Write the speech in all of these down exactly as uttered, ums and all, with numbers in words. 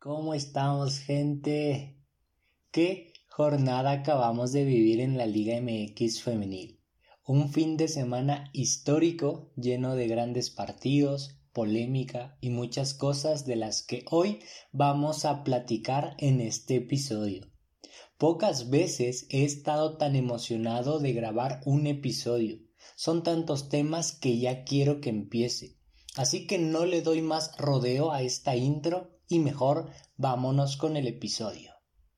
¿Cómo estamos, gente? ¿Qué jornada acabamos de vivir en la Liga M X femenil? Un fin de semana histórico lleno de grandes partidos, polémica y muchas cosas de las que hoy vamos a platicar en este episodio. Pocas veces he estado tan emocionado de grabar un episodio. Son tantos temas que ya quiero que empiece. Así que no le doy más rodeo a esta intro y mejor vámonos con el episodio.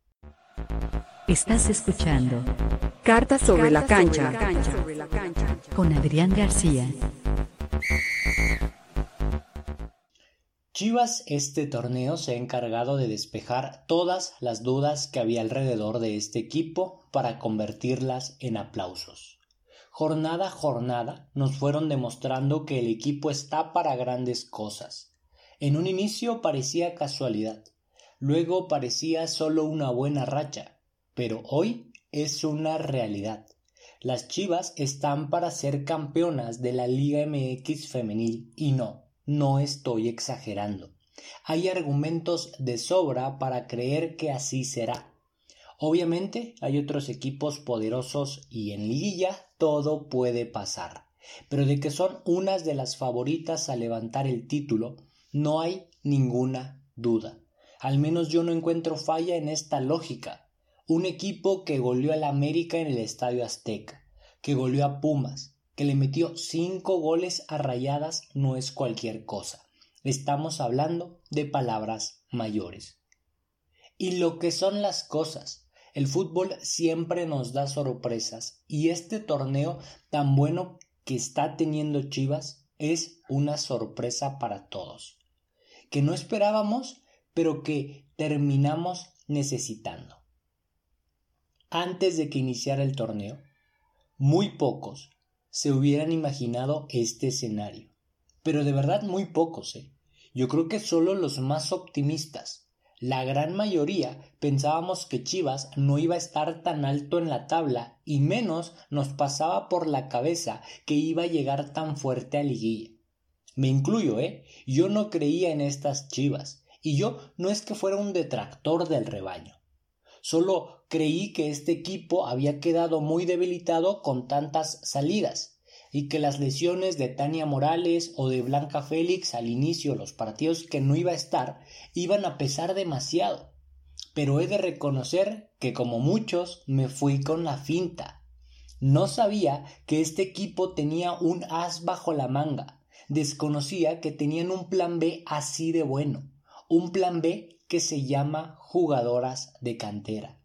Estás escuchando Cartas sobre, Cartas la, cancha. sobre la cancha. Sobre la cancha con Adrián García. Chivas este torneo se ha encargado de despejar todas las dudas que había alrededor de este equipo para convertirlas en aplausos. Jornada a jornada nos fueron demostrando que el equipo está para grandes cosas. En un inicio parecía casualidad, luego parecía solo una buena racha, pero hoy es una realidad. Las Chivas están para ser campeonas de la Liga M X femenil y no, no estoy exagerando. Hay argumentos de sobra para creer que así será. Obviamente hay otros equipos poderosos y en liguilla todo puede pasar, pero de que son unas de las favoritas a levantar el título, no hay ninguna duda. Al menos yo no encuentro falla en esta lógica. Un equipo que goleó al América en el Estadio Azteca, que goleó a Pumas, que le metió cinco goles a Rayadas no es cualquier cosa. Estamos hablando de palabras mayores. Y lo que son las cosas, el fútbol siempre nos da sorpresas y este torneo tan bueno que está teniendo Chivas es una sorpresa para todos, que no esperábamos, pero que terminamos necesitando. Antes de que iniciara el torneo, muy pocos se hubieran imaginado este escenario, pero de verdad muy pocos, ¿eh? Yo creo que solo los más optimistas. La gran mayoría pensábamos que Chivas no iba a estar tan alto en la tabla y menos nos pasaba por la cabeza que iba a llegar tan fuerte a liguilla. Me incluyo, ¿eh? Yo no creía en estas Chivas y yo no es que fuera un detractor del rebaño. Solo creí que este equipo había quedado muy debilitado con tantas salidas y que las lesiones de Tania Morales o de Blanca Félix al inicio, los partidos que no iba a estar, iban a pesar demasiado. Pero he de reconocer que como muchos me fui con la finta. No sabía que este equipo tenía un as bajo la manga. Desconocía que tenían un plan B así de bueno. Un plan B que se llama jugadoras de cantera.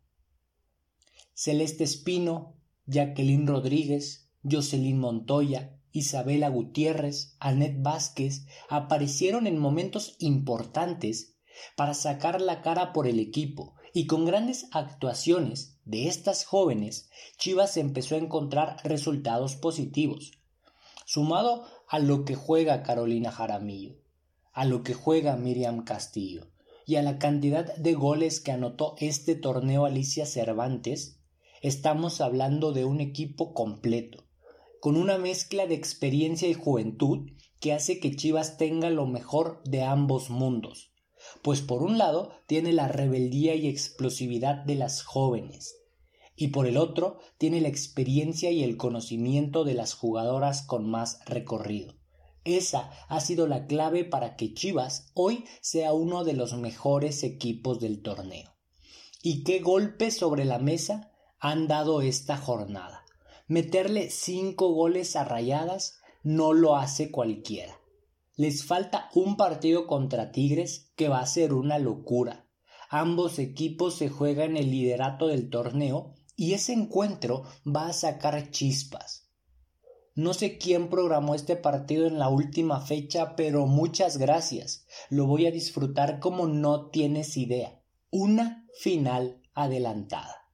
Celeste Espino, Jacqueline Rodríguez, Jocelyn Montoya, Isabela Gutiérrez, Anet Vázquez aparecieron en momentos importantes para sacar la cara por el equipo y con grandes actuaciones de estas jóvenes, Chivas empezó a encontrar resultados positivos. Sumado a lo que juega Carolina Jaramillo, a lo que juega Miriam Castillo y a la cantidad de goles que anotó este torneo Alicia Cervantes, estamos hablando de un equipo completo, con una mezcla de experiencia y juventud que hace que Chivas tenga lo mejor de ambos mundos. Pues por un lado tiene la rebeldía y explosividad de las jóvenes, y por el otro tiene la experiencia y el conocimiento de las jugadoras con más recorrido. Esa ha sido la clave para que Chivas hoy sea uno de los mejores equipos del torneo. ¿Y qué golpes sobre la mesa han dado esta jornada? Meterle cinco goles a Rayadas no lo hace cualquiera. Les falta un partido contra Tigres que va a ser una locura. Ambos equipos se juegan el liderato del torneo y ese encuentro va a sacar chispas. No sé quién programó este partido en la última fecha, pero muchas gracias. Lo voy a disfrutar como no tienes idea. Una final adelantada.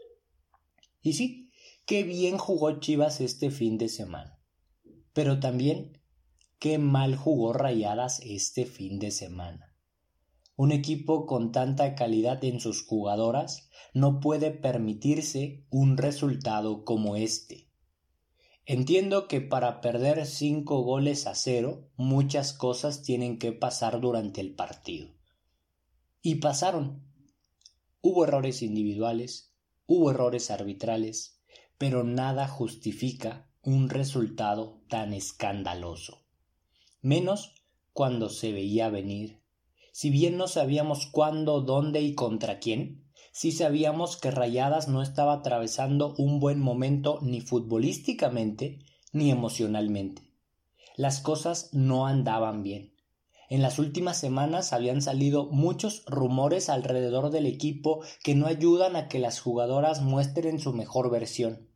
Y sí, qué bien jugó Chivas este fin de semana. Pero también qué mal jugó Rayadas este fin de semana. Un equipo con tanta calidad en sus jugadoras no puede permitirse un resultado como este. Entiendo que para perder cinco goles a cero, muchas cosas tienen que pasar durante el partido. Y pasaron. Hubo errores individuales, hubo errores arbitrales, pero nada justifica un resultado tan escandaloso. Menos cuando se veía venir. Si bien no sabíamos cuándo, dónde y contra quién, sí sabíamos que Rayadas no estaba atravesando un buen momento ni futbolísticamente ni emocionalmente. Las cosas no andaban bien. En las últimas semanas habían salido muchos rumores alrededor del equipo que no ayudan a que las jugadoras muestren su mejor versión.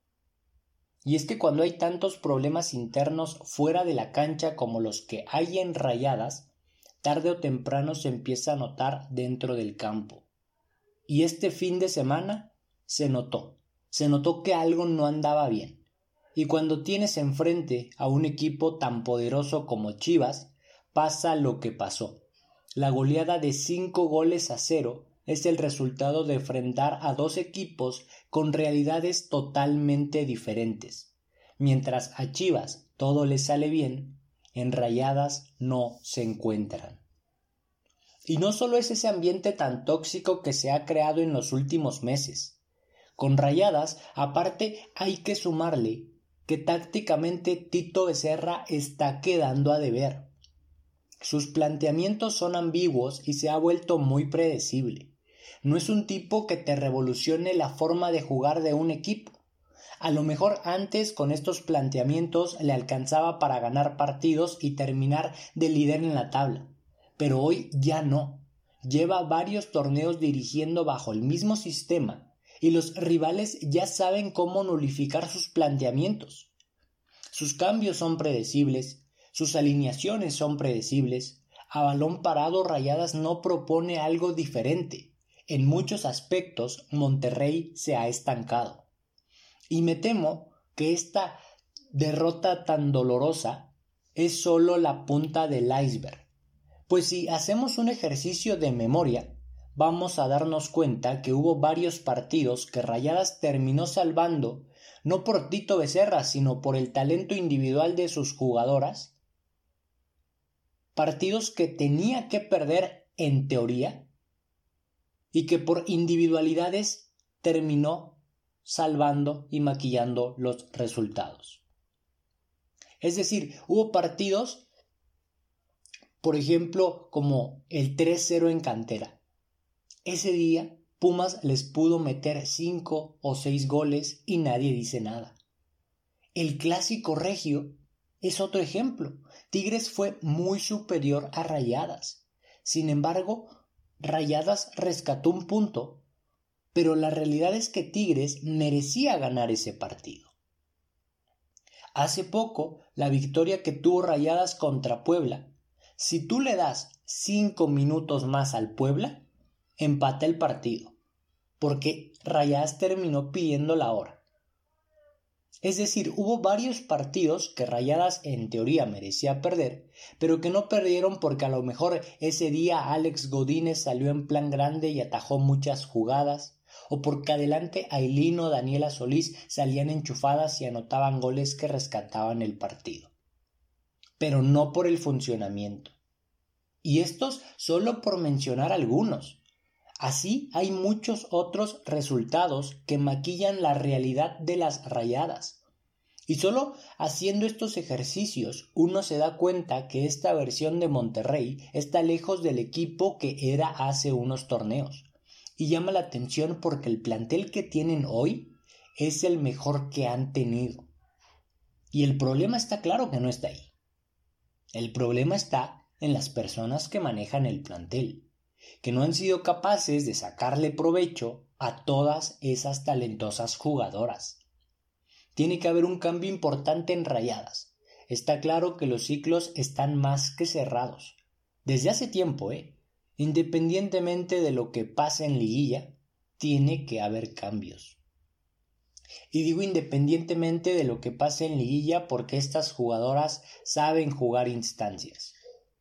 Y es que cuando hay tantos problemas internos fuera de la cancha como los que hay en Rayadas, tarde o temprano se empieza a notar dentro del campo. Y este fin de semana se notó, se notó que algo no andaba bien. Y cuando tienes enfrente a un equipo tan poderoso como Chivas, pasa lo que pasó. La goleada de cinco goles a cero es el resultado de enfrentar a dos equipos con realidades totalmente diferentes. Mientras a Chivas todo le sale bien, en Rayadas no se encuentran. Y no solo es ese ambiente tan tóxico que se ha creado en los últimos meses. Con Rayadas, aparte, hay que sumarle que tácticamente Tito Becerra está quedando a deber. Sus planteamientos son ambiguos y se ha vuelto muy predecible. No es un tipo que te revolucione la forma de jugar de un equipo. A lo mejor antes con estos planteamientos le alcanzaba para ganar partidos y terminar de líder en la tabla, pero hoy ya no. Lleva varios torneos dirigiendo bajo el mismo sistema y los rivales ya saben cómo nulificar sus planteamientos. Sus cambios son predecibles, sus alineaciones son predecibles. A balón parado Rayadas no propone algo diferente. En muchos aspectos Monterrey se ha estancado. Y me temo que esta derrota tan dolorosa es solo la punta del iceberg. Pues si hacemos un ejercicio de memoria, vamos a darnos cuenta que hubo varios partidos que Rayadas terminó salvando, no por Tito Becerra, sino por el talento individual de sus jugadoras. Partidos que tenía que perder en teoría y que por individualidades terminó salvando y maquillando los resultados. Es decir, hubo partidos, por ejemplo, como el tres cero en Cantera. Ese día Pumas les pudo meter cinco o seis goles y nadie dice nada. El Clásico Regio es otro ejemplo. Tigres fue muy superior a Rayadas. Sin embargo, Rayadas rescató un punto, pero la realidad es que Tigres merecía ganar ese partido. Hace poco, la victoria que tuvo Rayadas contra Puebla, si tú le das cinco minutos más al Puebla, empata el partido, porque Rayadas terminó pidiendo la hora. Es decir, hubo varios partidos que Rayadas en teoría merecía perder, pero que no perdieron porque a lo mejor ese día Alex Godínez salió en plan grande y atajó muchas jugadas, o porque adelante Ailín o Daniela Solís salían enchufadas y anotaban goles que rescataban el partido. Pero no por el funcionamiento. Y estos solo por mencionar algunos. Así hay muchos otros resultados que maquillan la realidad de las Rayadas. Y solo haciendo estos ejercicios uno se da cuenta que esta versión de Monterrey está lejos del equipo que era hace unos torneos. Y llama la atención porque el plantel que tienen hoy es el mejor que han tenido. Y el problema está claro que no está ahí. El problema está en las personas que manejan el plantel, que no han sido capaces de sacarle provecho a todas esas talentosas jugadoras. Tiene que haber un cambio importante en Rayadas. Está claro que los ciclos están más que cerrados. Desde hace tiempo, ¿eh? Independientemente de lo que pase en liguilla, tiene que haber cambios. Y digo independientemente de lo que pase en liguilla porque estas jugadoras saben jugar instancias.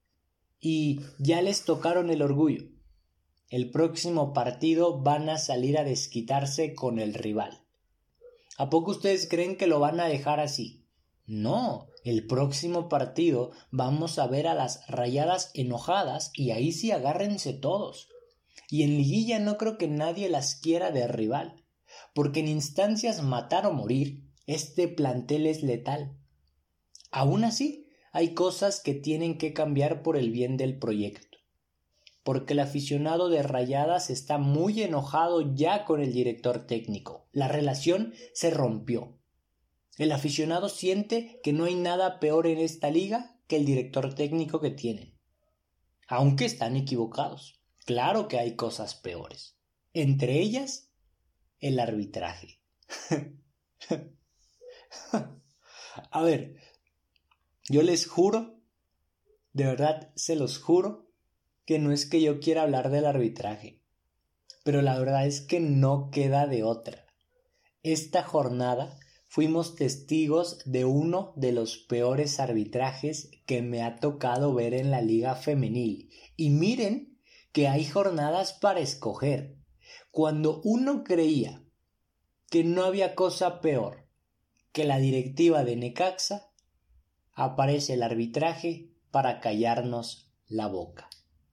Y ya les tocaron el orgullo. El próximo partido van a salir a desquitarse con el rival. ¿A poco ustedes creen que lo van a dejar así? No, el próximo partido vamos a ver a las Rayadas enojadas y ahí sí agárrense todos, Y en liguilla no creo que nadie las quiera de rival, porque en instancias matar o morir, este plantel es letal. Aún así, hay cosas que tienen que cambiar por el bien del proyecto, porque el aficionado de Rayadas está muy enojado ya con el director técnico. La relación se rompió. El aficionado siente que no hay nada peor en esta liga que el director técnico que tienen. Aunque están equivocados. Claro que hay cosas peores. Entre ellas, el arbitraje. A ver, yo les juro, de verdad se los juro, que no es que yo quiera hablar del arbitraje, pero la verdad es que no queda de otra. Esta jornada fuimos testigos de uno de los peores arbitrajes que me ha tocado ver en la liga femenil. Y miren que hay jornadas para escoger. Cuando uno creía que no había cosa peor que la directiva de Necaxa, aparece el arbitraje para callarnos la boca.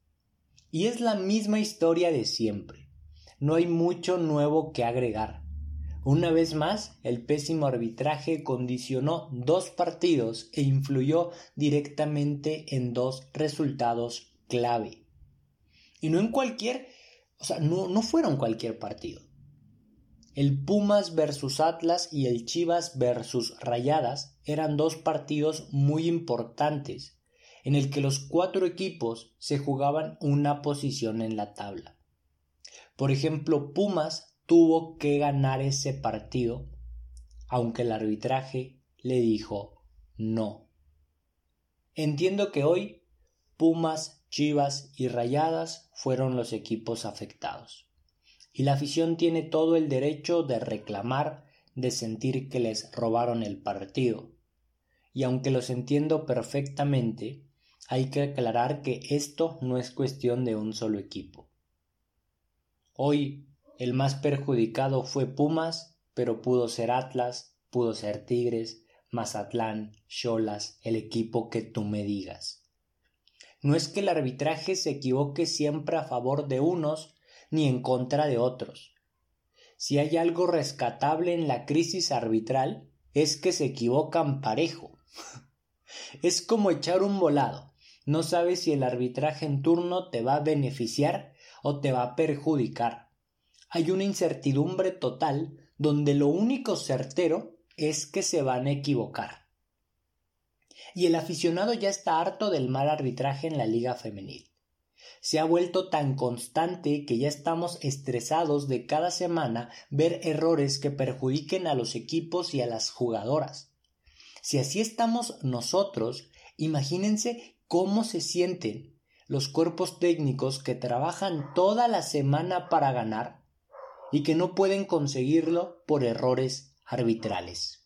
Y es la misma historia de siempre. No hay mucho nuevo que agregar. Una vez más, el pésimo arbitraje condicionó dos partidos e influyó directamente en dos resultados clave. Y no en cualquier, o sea, no, no fueron cualquier partido. El Pumas versus Atlas y el Chivas versus Rayadas eran dos partidos muy importantes, en el que los cuatro equipos se jugaban una posición en la tabla. Por ejemplo, Pumas tuvo que ganar ese partido, aunque el arbitraje le dijo no. Entiendo que hoy Pumas, Chivas y Rayadas fueron los equipos afectados, y la afición tiene todo el derecho de reclamar, de sentir que les robaron el partido. Y aunque los entiendo perfectamente, hay que aclarar que esto no es cuestión de un solo equipo. Hoy el más perjudicado fue Pumas, pero pudo ser Atlas, pudo ser Tigres, Mazatlán, Xolas, el equipo que tú me digas. No es que el arbitraje se equivoque siempre a favor de unos ni en contra de otros. Si hay algo rescatable en la crisis arbitral, es que se equivocan parejo. Es como echar un volado. No sabes si el arbitraje en turno te va a beneficiar o te va a perjudicar. Hay una incertidumbre total donde lo único certero es que se van a equivocar. Y el aficionado ya está harto del mal arbitraje en la liga femenil. Se ha vuelto tan constante que ya estamos estresados de cada semana ver errores que perjudiquen a los equipos y a las jugadoras. Si así estamos nosotros, imagínense cómo se sienten los cuerpos técnicos que trabajan toda la semana para ganar y que no pueden conseguirlo por errores arbitrales.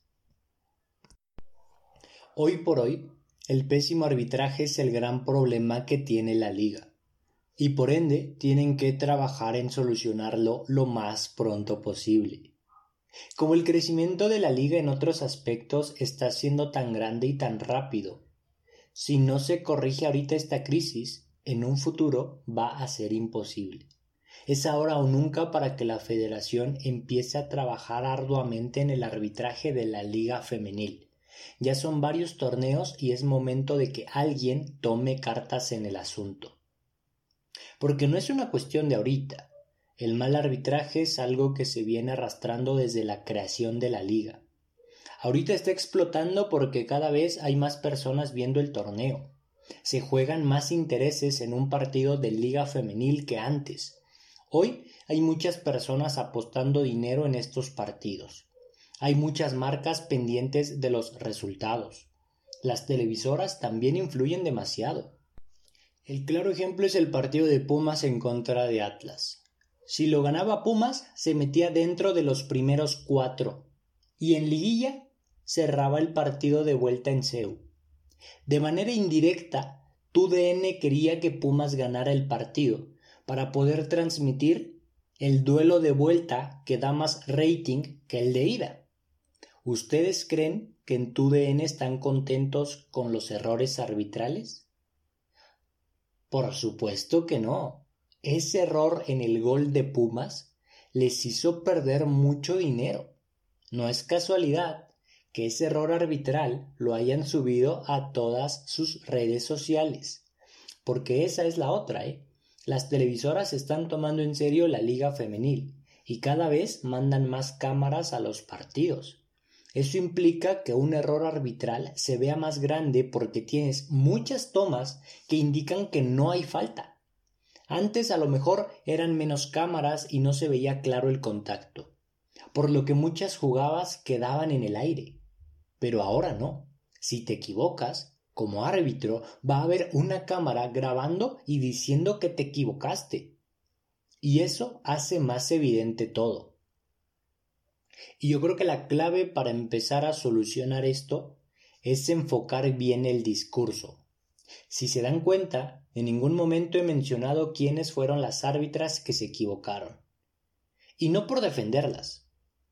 Hoy por hoy, el pésimo arbitraje es el gran problema que tiene la liga, y por ende tienen que trabajar en solucionarlo lo más pronto posible. Como el crecimiento de la liga en otros aspectos está siendo tan grande y tan rápido, si no se corrige ahorita esta crisis, en un futuro va a ser imposible. Es ahora o nunca para que la federación empiece a trabajar arduamente en el arbitraje de la liga femenil. Ya son varios torneos y es momento de que alguien tome cartas en el asunto. Porque no es una cuestión de ahorita. El mal arbitraje es algo que se viene arrastrando desde la creación de la liga. Ahorita está explotando porque cada vez hay más personas viendo el torneo. Se juegan más intereses en un partido de liga femenil que antes. Hoy hay muchas personas apostando dinero en estos partidos. Hay muchas marcas pendientes de los resultados. Las televisoras también influyen demasiado. El claro ejemplo es el partido de Pumas en contra de Atlas. Si lo ganaba Pumas, se metía dentro de los primeros cuatro. Y en liguilla, cerraba el partido de vuelta en C E U. De manera indirecta, T U D N quería que Pumas ganara el partido para poder transmitir el duelo de vuelta que da más rating que el de ida. ¿Ustedes creen que en T U D N están contentos con los errores arbitrales? Por supuesto que no. ese error en el gol de Pumas les hizo perder mucho dinero. No es casualidad que ese error arbitral lo hayan subido a todas sus redes sociales. Porque esa es la otra, ¿eh? Las televisoras están tomando en serio la liga femenil y cada vez mandan más cámaras a los partidos. Eso implica que un error arbitral se vea más grande porque tienes muchas tomas que indican que no hay falta. Antes a lo mejor eran menos cámaras y no se veía claro el contacto, por lo que muchas jugadas quedaban en el aire. Pero ahora no. Si te equivocas, como árbitro, va a haber una cámara grabando y diciendo que te equivocaste. Y eso hace más evidente todo. Y yo creo que la clave para empezar a solucionar esto es enfocar bien el discurso. Si se dan cuenta, en ningún momento he mencionado quiénes fueron las árbitras que se equivocaron. Y no por defenderlas,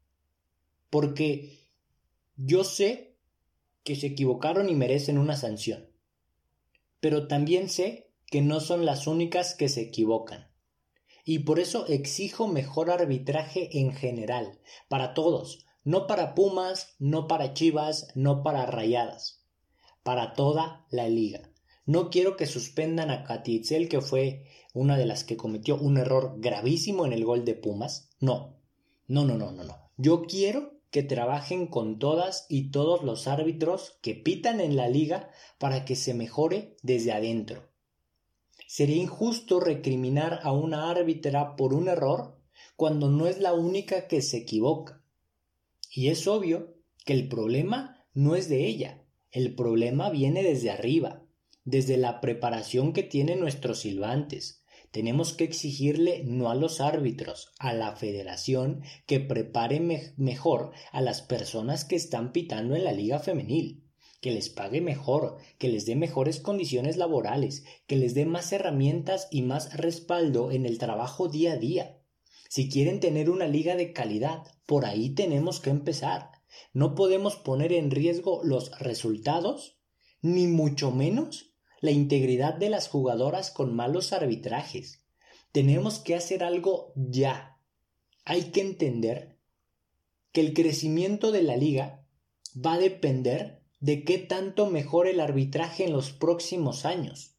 porque yo sé que se equivocaron y merecen una sanción, pero también sé que no son las únicas que se equivocan. Y por eso exijo mejor arbitraje en general, para todos, no para Pumas, no para Chivas, no para Rayadas, para toda la liga. No quiero que suspendan a Katy Itzel, que fue una de las que cometió un error gravísimo en el gol de Pumas. No, no, no, no, no, no. Yo quiero que trabajen con todas y todos los árbitros que pitan en la liga para que se mejore desde adentro. Sería injusto recriminar a una árbitra por un error cuando no es la única que se equivoca. Y es obvio que el problema no es de ella, el problema viene desde arriba, desde la preparación que tienen nuestros silbantes. Tenemos que exigirle no a los árbitros, a la federación, que prepare me- mejor a las personas que están pitando en la liga femenil, que les pague mejor, que les dé mejores condiciones laborales, que les dé más herramientas y más respaldo en el trabajo día a día. Si quieren tener una liga de calidad, por ahí tenemos que empezar. No podemos poner en riesgo los resultados, ni mucho menos la integridad de las jugadoras con malos arbitrajes. Tenemos que hacer algo ya. Hay que entender que el crecimiento de la liga va a depender de qué tanto mejore el arbitraje en los próximos años.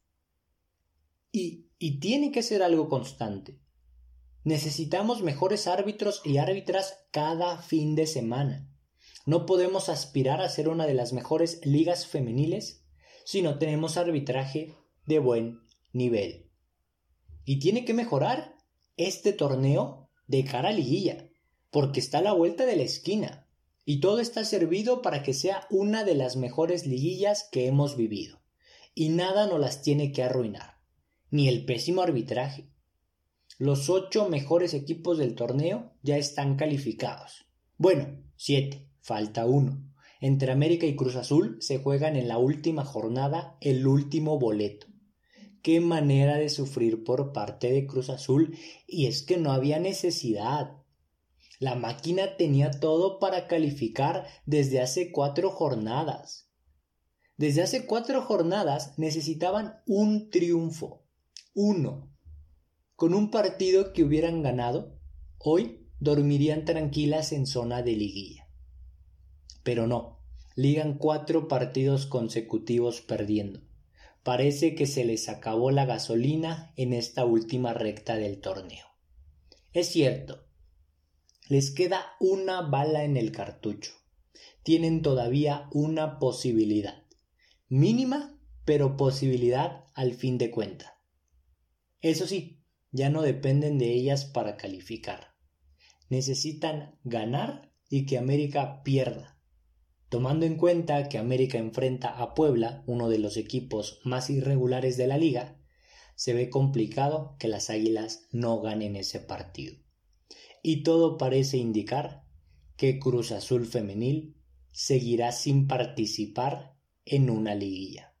Y, y tiene que ser algo constante. Necesitamos mejores árbitros y árbitras cada fin de semana. No podemos aspirar a ser una de las mejores ligas femeniles si no tenemos arbitraje de buen nivel. Y tiene que mejorar este torneo de cara a liguilla, porque está a la vuelta de la esquina, y todo está servido para que sea una de las mejores liguillas que hemos vivido, y nada nos las tiene que arruinar, ni el pésimo arbitraje. Los ocho mejores equipos del torneo ya están calificados. Bueno, siete, falta uno. Entre América y Cruz Azul se juegan en la última jornada el último boleto. Qué manera de sufrir por parte de Cruz Azul, y es que no había necesidad. La máquina tenía todo para calificar desde hace cuatro jornadas. Desde hace cuatro jornadas necesitaban un triunfo, uno. Con un partido que hubieran ganado, hoy dormirían tranquilas en zona de liguilla. Pero no, ligan cuatro partidos consecutivos perdiendo. Parece que se les acabó la gasolina en esta última recta del torneo. Es cierto, les queda una bala en el cartucho. Tienen todavía una posibilidad. Mínima, pero posibilidad al fin de cuentas. Eso sí, ya no dependen de ellas para calificar. Necesitan ganar y que América pierda. Tomando en cuenta que América enfrenta a Puebla, uno de los equipos más irregulares de la liga, se ve complicado que las Águilas no ganen ese partido. Y todo parece indicar que Cruz Azul femenil seguirá sin participar en una liguilla.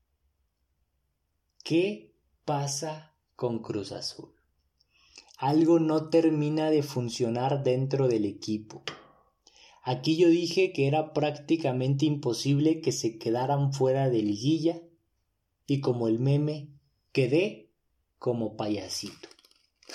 ¿Qué pasa con Cruz Azul? Algo no termina de funcionar dentro del equipo. Aquí yo dije que era prácticamente imposible que se quedaran fuera de liguilla y como el meme, quedé como payasito.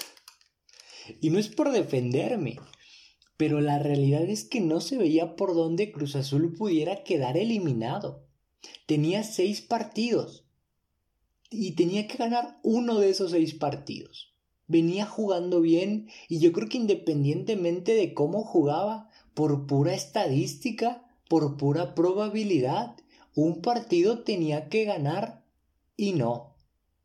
Y no es por defenderme, pero la realidad es que no se veía por dónde Cruz Azul pudiera quedar eliminado. Tenía seis partidos y tenía que ganar uno de esos seis partidos. Venía jugando bien y yo creo que independientemente de cómo jugaba, por pura estadística, por pura probabilidad, un partido tenía que ganar y no.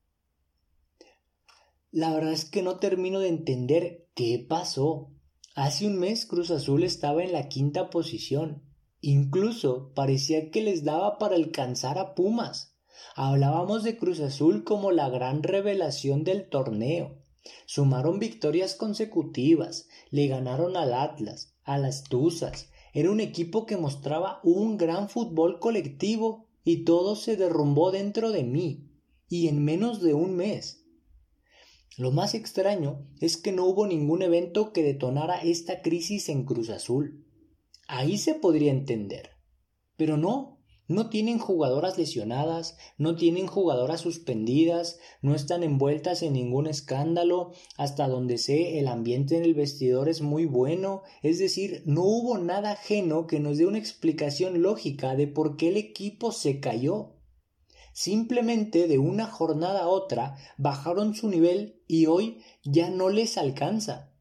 La verdad es que no termino de entender qué pasó. Hace un mes Cruz Azul estaba en la quinta posición. Incluso parecía que les daba para alcanzar a Pumas. Hablábamos de Cruz Azul como la gran revelación del torneo. Sumaron victorias consecutivas, le ganaron al Atlas, a las Tuzas. Era un equipo que mostraba un gran fútbol colectivo y todo se derrumbó dentro de mí, y en menos de un mes. Lo más extraño es que no hubo ningún evento que detonara esta crisis en Cruz Azul. Ahí se podría entender. Pero no, no tienen jugadoras lesionadas, no tienen jugadoras suspendidas, no están envueltas en ningún escándalo, hasta donde sé el ambiente en el vestidor es muy bueno, es decir, no hubo nada ajeno que nos dé una explicación lógica de por qué el equipo se cayó. Simplemente de una jornada a otra bajaron su nivel y hoy ya no les alcanza.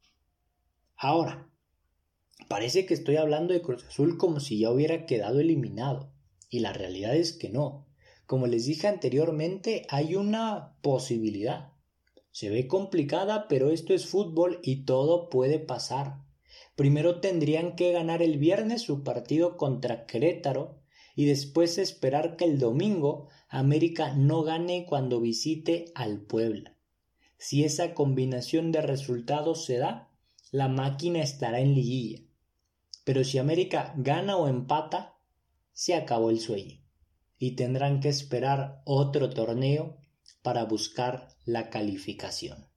Ahora, parece que estoy hablando de Cruz Azul como si ya hubiera quedado eliminado, y la realidad es que no. Como les dije anteriormente, hay una posibilidad. Se ve complicada, pero esto es fútbol y todo puede pasar. Primero tendrían que ganar el viernes su partido contra Querétaro y después esperar que el domingo América no gane cuando visite al Puebla. Si esa combinación de resultados se da, la máquina estará en liguilla. Pero si América gana o empata, se acabó el sueño y tendrán que esperar otro torneo para buscar la calificación.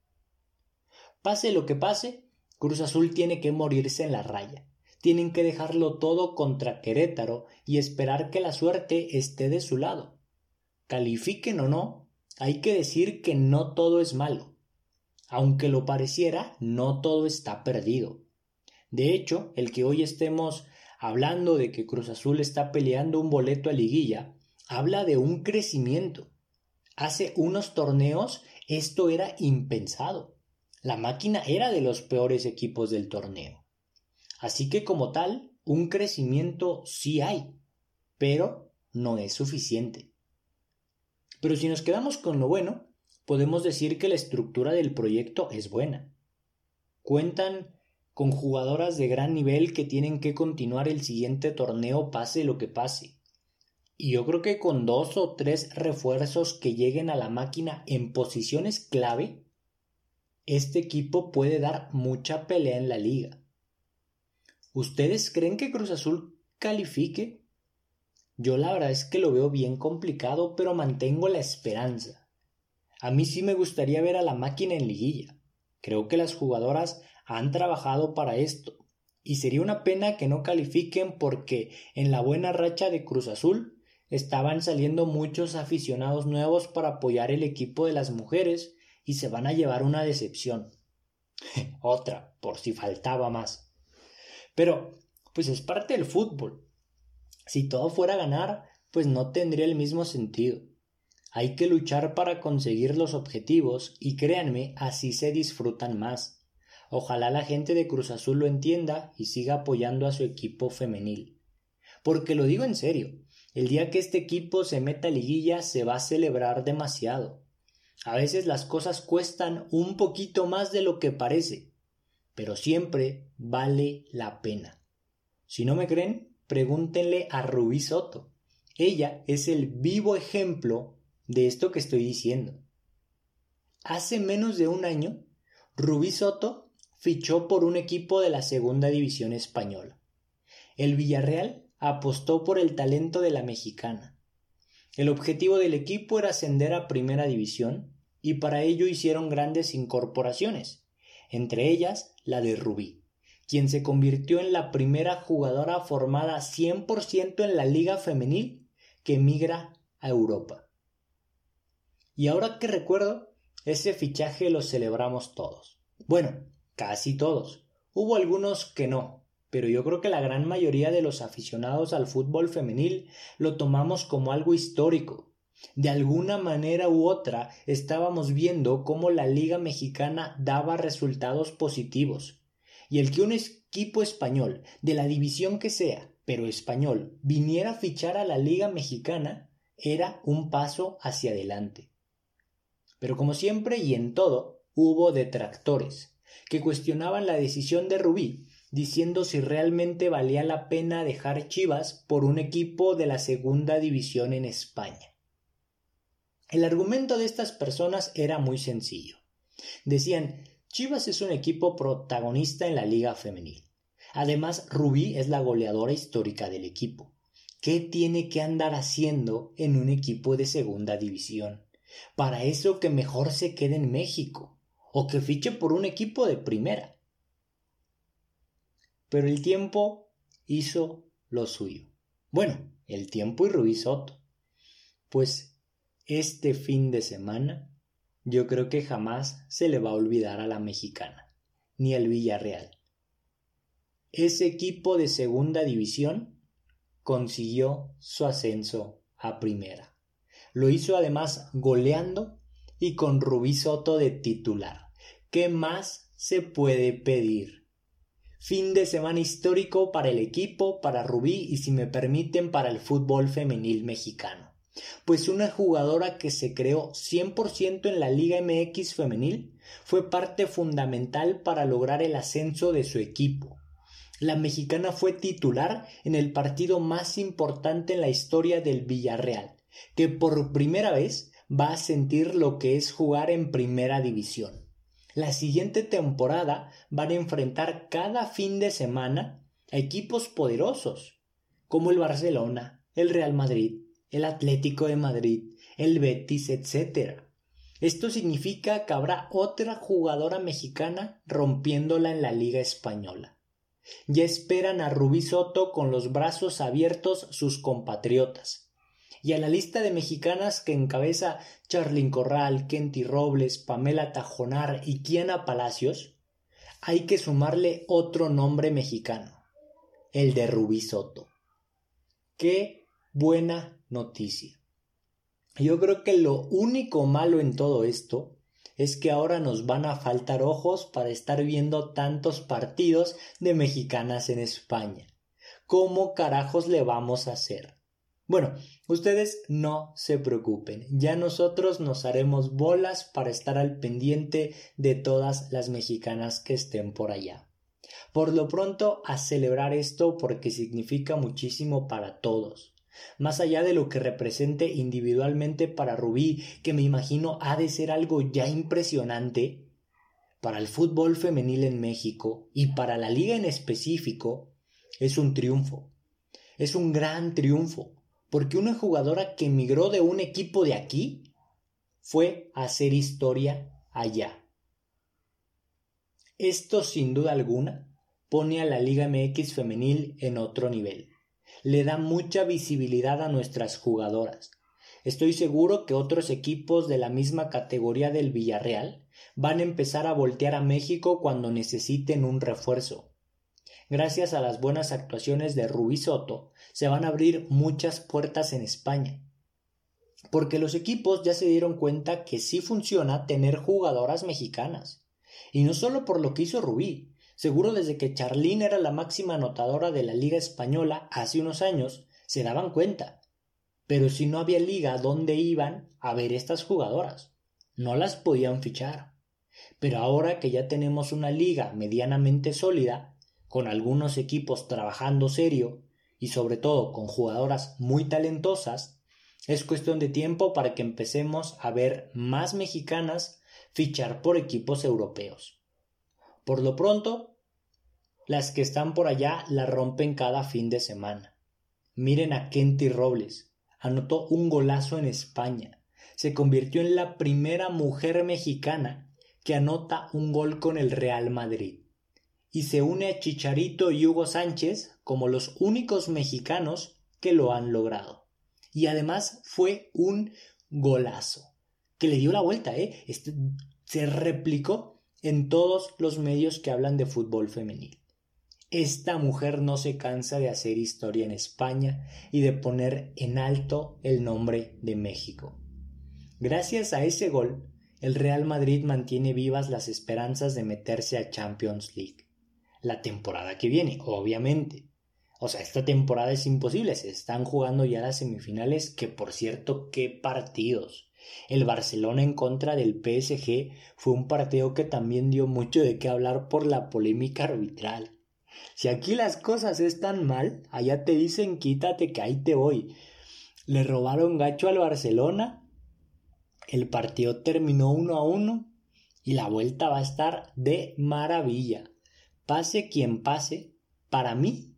Pase lo que pase, Cruz Azul tiene que morirse en la raya. Tienen que dejarlo todo contra Querétaro y esperar que la suerte esté de su lado. Califiquen o no, hay que decir que no todo es malo. Aunque lo pareciera, no todo está perdido. De hecho, el que hoy estemos hablando de que Cruz Azul está peleando un boleto a liguilla, habla de un crecimiento. Hace unos torneos esto era impensado. La máquina era de los peores equipos del torneo. Así que como tal, un crecimiento sí hay, pero no es suficiente. Pero si nos quedamos con lo bueno, podemos decir que la estructura del proyecto es buena. Cuentan con jugadoras de gran nivel que tienen que continuar el siguiente torneo pase lo que pase. Y yo creo que con dos o tres refuerzos que lleguen a la máquina en posiciones clave, este equipo puede dar mucha pelea en la liga. ¿Ustedes creen que Cruz Azul califique? Yo la verdad es que lo veo bien complicado, pero mantengo la esperanza. A mí sí me gustaría ver a la máquina en liguilla. Creo que las jugadoras han trabajado para esto. Y sería una pena que no califiquen porque en la buena racha de Cruz Azul estaban saliendo muchos aficionados nuevos para apoyar el equipo de las mujeres y se van a llevar una decepción. Otra, por si faltaba más. Pero, pues es parte del fútbol. Si todo fuera a ganar, pues no tendría el mismo sentido. Hay que luchar para conseguir los objetivos y créanme, así se disfrutan más. Ojalá la gente de Cruz Azul lo entienda y siga apoyando a su equipo femenil. Porque lo digo en serio, el día que este equipo se meta a liguilla se va a celebrar demasiado. A veces las cosas cuestan un poquito más de lo que parece, pero siempre vale la pena. Si no me creen, pregúntenle a Rubí Soto. Ella es el vivo ejemplo de esto que estoy diciendo. Hace menos de un año, Rubí Soto fichó por un equipo de la segunda división española. El Villarreal apostó por el talento de la mexicana. El objetivo del equipo era ascender a primera división y para ello hicieron grandes incorporaciones, entre ellas la de Rubí, quien se convirtió en la primera jugadora formada cien por ciento en la liga femenil que emigra a Europa. Y ahora que recuerdo, ese fichaje lo celebramos todos. Bueno, casi todos. Hubo algunos que no, pero yo creo que la gran mayoría de los aficionados al fútbol femenil lo tomamos como algo histórico. De alguna manera u otra estábamos viendo cómo la Liga Mexicana daba resultados positivos, y el que un equipo español, de la división que sea, pero español, viniera a fichar a la Liga Mexicana era un paso hacia adelante. Pero como siempre y en todo, hubo detractores que cuestionaban la decisión de Rubí, diciendo si realmente valía la pena dejar Chivas por un equipo de la segunda división en España. El argumento de estas personas era muy sencillo. Decían, Chivas es un equipo protagonista en la liga femenil. Además, Rubí es la goleadora histórica del equipo. ¿Qué tiene que andar haciendo en un equipo de segunda división? Para eso que mejor se quede en México, o que fiche por un equipo de primera. Pero el tiempo hizo lo suyo. Bueno, el tiempo y Rubí Soto. Pues este fin de semana yo creo que jamás se le va a olvidar a la mexicana, ni al Villarreal. Ese equipo de segunda división consiguió su ascenso a primera. Lo hizo además goleando y con Rubí Soto de titular. ¿Qué más se puede pedir? Fin de semana histórico para el equipo, para Rubí y, si me permiten, para el fútbol femenil mexicano. Pues una jugadora que se creó cien por ciento en la Liga M X femenil fue parte fundamental para lograr el ascenso de su equipo. La mexicana fue titular en el partido más importante en la historia del Villarreal, que por primera vez va a sentir lo que es jugar en primera división. La siguiente temporada van a enfrentar cada fin de semana a equipos poderosos, como el Barcelona, el Real Madrid, el Atlético de Madrid, el Betis, etcétera. Esto significa que habrá otra jugadora mexicana rompiéndola en la Liga Española. Ya esperan a Rubí Soto con los brazos abiertos sus compatriotas. Y a la lista de mexicanas que encabeza Charlyn Corral, Kenty Robles, Pamela Tajonar y Kiana Palacios, hay que sumarle otro nombre mexicano, el de Rubí Soto. ¡Qué buena noticia! Yo creo que lo único malo en todo esto es que ahora nos van a faltar ojos para estar viendo tantos partidos de mexicanas en España. ¿Cómo carajos le vamos a hacer? Bueno, ustedes no se preocupen, ya nosotros nos haremos bolas para estar al pendiente de todas las mexicanas que estén por allá. Por lo pronto, a celebrar esto porque significa muchísimo para todos. Más allá de lo que represente individualmente para Rubí, que me imagino ha de ser algo ya impresionante, para el fútbol femenil en México y para la liga en específico, es un triunfo. Es un gran triunfo. Porque una jugadora que emigró de un equipo de aquí fue a hacer historia allá. Esto, sin duda alguna, pone a la Liga M X femenil en otro nivel. Le da mucha visibilidad a nuestras jugadoras. Estoy seguro que otros equipos de la misma categoría del Villarreal van a empezar a voltear a México cuando necesiten un refuerzo. Gracias a las buenas actuaciones de Rubí Soto, se van a abrir muchas puertas en España. Porque los equipos ya se dieron cuenta que sí funciona tener jugadoras mexicanas. Y no solo por lo que hizo Rubí. Seguro desde que Charlyn era la máxima anotadora de la Liga Española hace unos años, se daban cuenta. Pero si no había liga, ¿dónde iban a ver estas jugadoras? No las podían fichar. Pero ahora que ya tenemos una liga medianamente sólida, con algunos equipos trabajando serio y sobre todo con jugadoras muy talentosas, es cuestión de tiempo para que empecemos a ver más mexicanas fichar por equipos europeos. Por lo pronto, las que están por allá la rompen cada fin de semana. Miren a Kenty Robles, anotó un golazo en España, se convirtió en la primera mujer mexicana que anota un gol con el Real Madrid. Y se une a Chicharito y Hugo Sánchez como los únicos mexicanos que lo han logrado. Y además fue un golazo, que le dio la vuelta, ¿eh? Este, se replicó en todos los medios que hablan de fútbol femenil. Esta mujer no se cansa de hacer historia en España y de poner en alto el nombre de México. Gracias a ese gol, el Real Madrid mantiene vivas las esperanzas de meterse a Champions League. La temporada que viene, obviamente. O sea, esta temporada es imposible, se están jugando ya las semifinales, que por cierto, qué partidos. El Barcelona en contra del P S G fue un partido que también dio mucho de qué hablar por la polémica arbitral. Si aquí las cosas están mal, allá te dicen quítate que ahí te voy. Le robaron gacho al Barcelona, el partido terminó uno a uno y la vuelta va a estar de maravilla. Pase quien pase, para mí,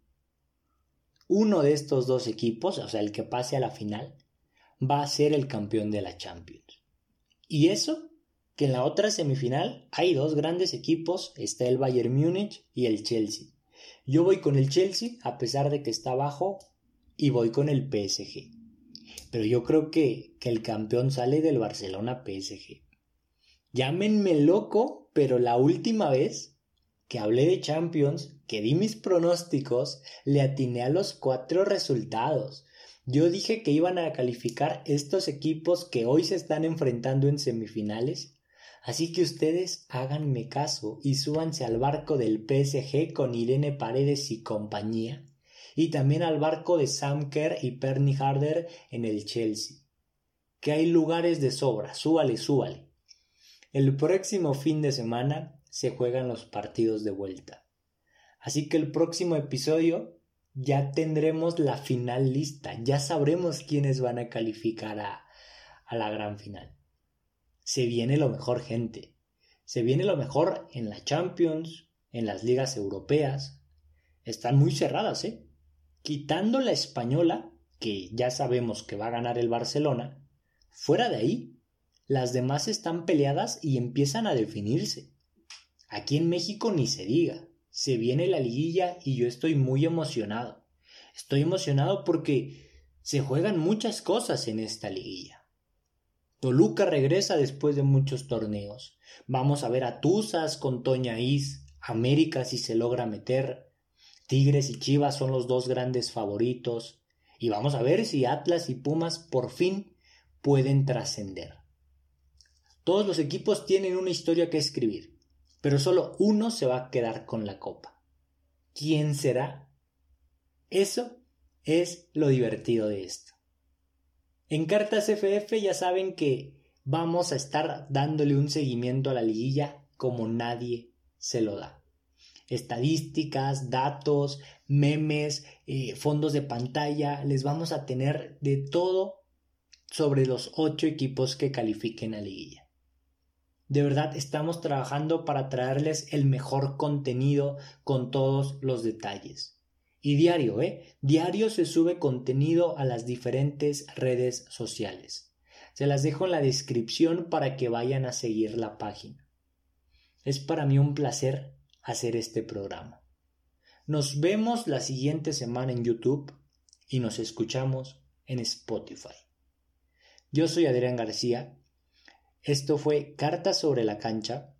uno de estos dos equipos, o sea el que pase a la final, va a ser el campeón de la Champions. Y eso, que en la otra semifinal hay dos grandes equipos, está el Bayern Múnich y el Chelsea. Yo voy con el Chelsea, a pesar de que está abajo, y voy con el P S G. Pero yo creo que, que el campeón sale del Barcelona-P S G. Llámenme loco, pero la última vez que hablé de Champions, que di mis pronósticos, le atiné a los cuatro resultados. Yo dije que iban a calificar estos equipos que hoy se están enfrentando en semifinales. Así que ustedes háganme caso y súbanse al barco del P S G con Irene Paredes y compañía, y también al barco de Sam Kerr y Penny Harder en el Chelsea. Que hay lugares de sobra, súbale, súbale. El próximo fin de semana se juegan los partidos de vuelta. Así que el próximo episodio ya tendremos la final lista, ya sabremos quiénes van a calificar a, a la gran final. Se viene lo mejor, gente. Se viene lo mejor en la Champions, en las ligas europeas. Están muy cerradas, ¿eh? Quitando la española, que ya sabemos que va a ganar el Barcelona, fuera de ahí, las demás están peleadas y empiezan a definirse. Aquí en México ni se diga. Se viene la liguilla y yo estoy muy emocionado. Estoy emocionado porque se juegan muchas cosas en esta liguilla. Toluca regresa después de muchos torneos. Vamos a ver a Tuzas con Toña Is, América si se logra meter. Tigres y Chivas son los dos grandes favoritos. Y vamos a ver si Atlas y Pumas por fin pueden trascender. Todos los equipos tienen una historia que escribir, pero solo uno se va a quedar con la copa. ¿Quién será? Eso es lo divertido de esto. En Cartas F F ya saben que vamos a estar dándole un seguimiento a la liguilla como nadie se lo da. Estadísticas, datos, memes, eh, fondos de pantalla, les vamos a tener de todo sobre los ocho equipos que califiquen a liguilla. De verdad estamos trabajando para traerles el mejor contenido con todos los detalles. Y diario, ¿eh? Diario se sube contenido a las diferentes redes sociales. Se las dejo en la descripción para que vayan a seguir la página. Es para mí un placer hacer este programa. Nos vemos la siguiente semana en YouTube y nos escuchamos en Spotify. Yo soy Adrián García. Esto fue Cartas sobre la Cancha.